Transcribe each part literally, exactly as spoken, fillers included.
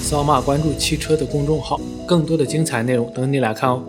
扫码关注汽车的公众号，更多的精彩内容等你来看哦。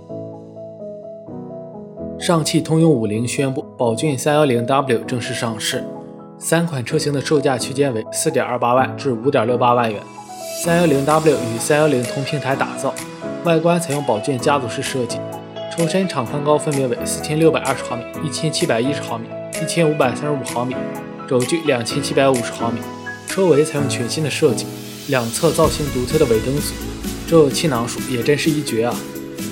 上汽通用五菱宣布，宝骏 三一零 W 正式上市，三款车型的售价区间为 四点二八万至五点六八万元。三一零 W 与三一零同平台打造，外观采用宝骏家族式设计，车身长宽高分别为四千六百二十毫米、一千七百一十毫米、一千五百三十五毫米，轴距两千七百五十毫米。车尾采用全新的设计，两侧造型独特的尾灯组，这气囊数也真是一绝啊！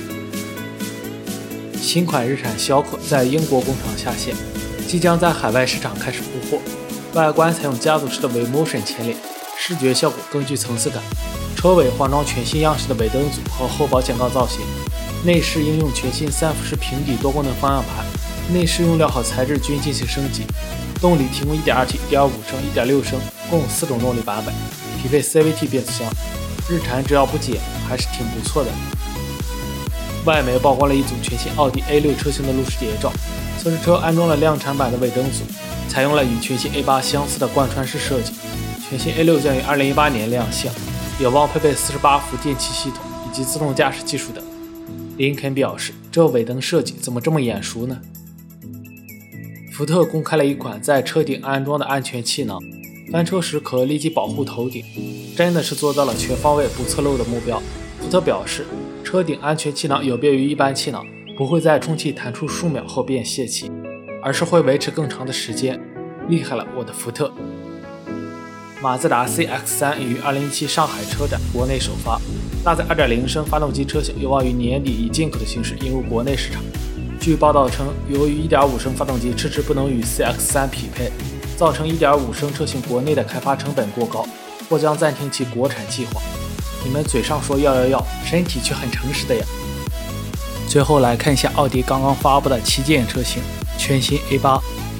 新款日产逍客在英国工厂下线，即将在海外市场开始铺货。外观采用家族式的 V-Motion 前脸，视觉效果更具层次感。车尾换装全新样式的尾灯组和后保险杠造型，内饰应用全新三辐式平底多功能方向盘，内饰用料好材质均进行升级。动力提供 一点二 T、一点五 升、一点六 升，共四种动力版本，匹配 C V T 变速箱。日产只要不减，还是挺不错的。外媒曝光了一组全新奥迪 A 六 车型的路试谍照，测试车安装了量产版的尾灯组，采用了与全新 A 八 相似的贯穿式设计。全新 A 六 将于二零一八年亮相，有望配备四十八伏电气系统以及自动驾驶技术等。林肯表示，这尾灯设计怎么这么眼熟呢？福特公开了一款在车顶安装的安全气囊，翻车时可立即保护头顶，真的是做到了全方位不侧漏的目标。福特表示，车顶安全气囊有别于一般气囊，不会在充气弹出数秒后便泄气，而是会维持更长的时间。厉害了，我的福特！马自达 C X 三 于二零一七上海车展国内首发，搭载 二点零 升发动机车型有望于年底以进口的形式引入国内市场。据报道称，由于 一点五 升发动机迟迟不能与 C X 三 匹配，造成 一点五 升车型国内的开发成本过高，或将暂停其国产计划。你们嘴上说要要要，身体却很诚实的呀。最后来看一下奥迪刚刚发布的旗舰车型全新 A 八，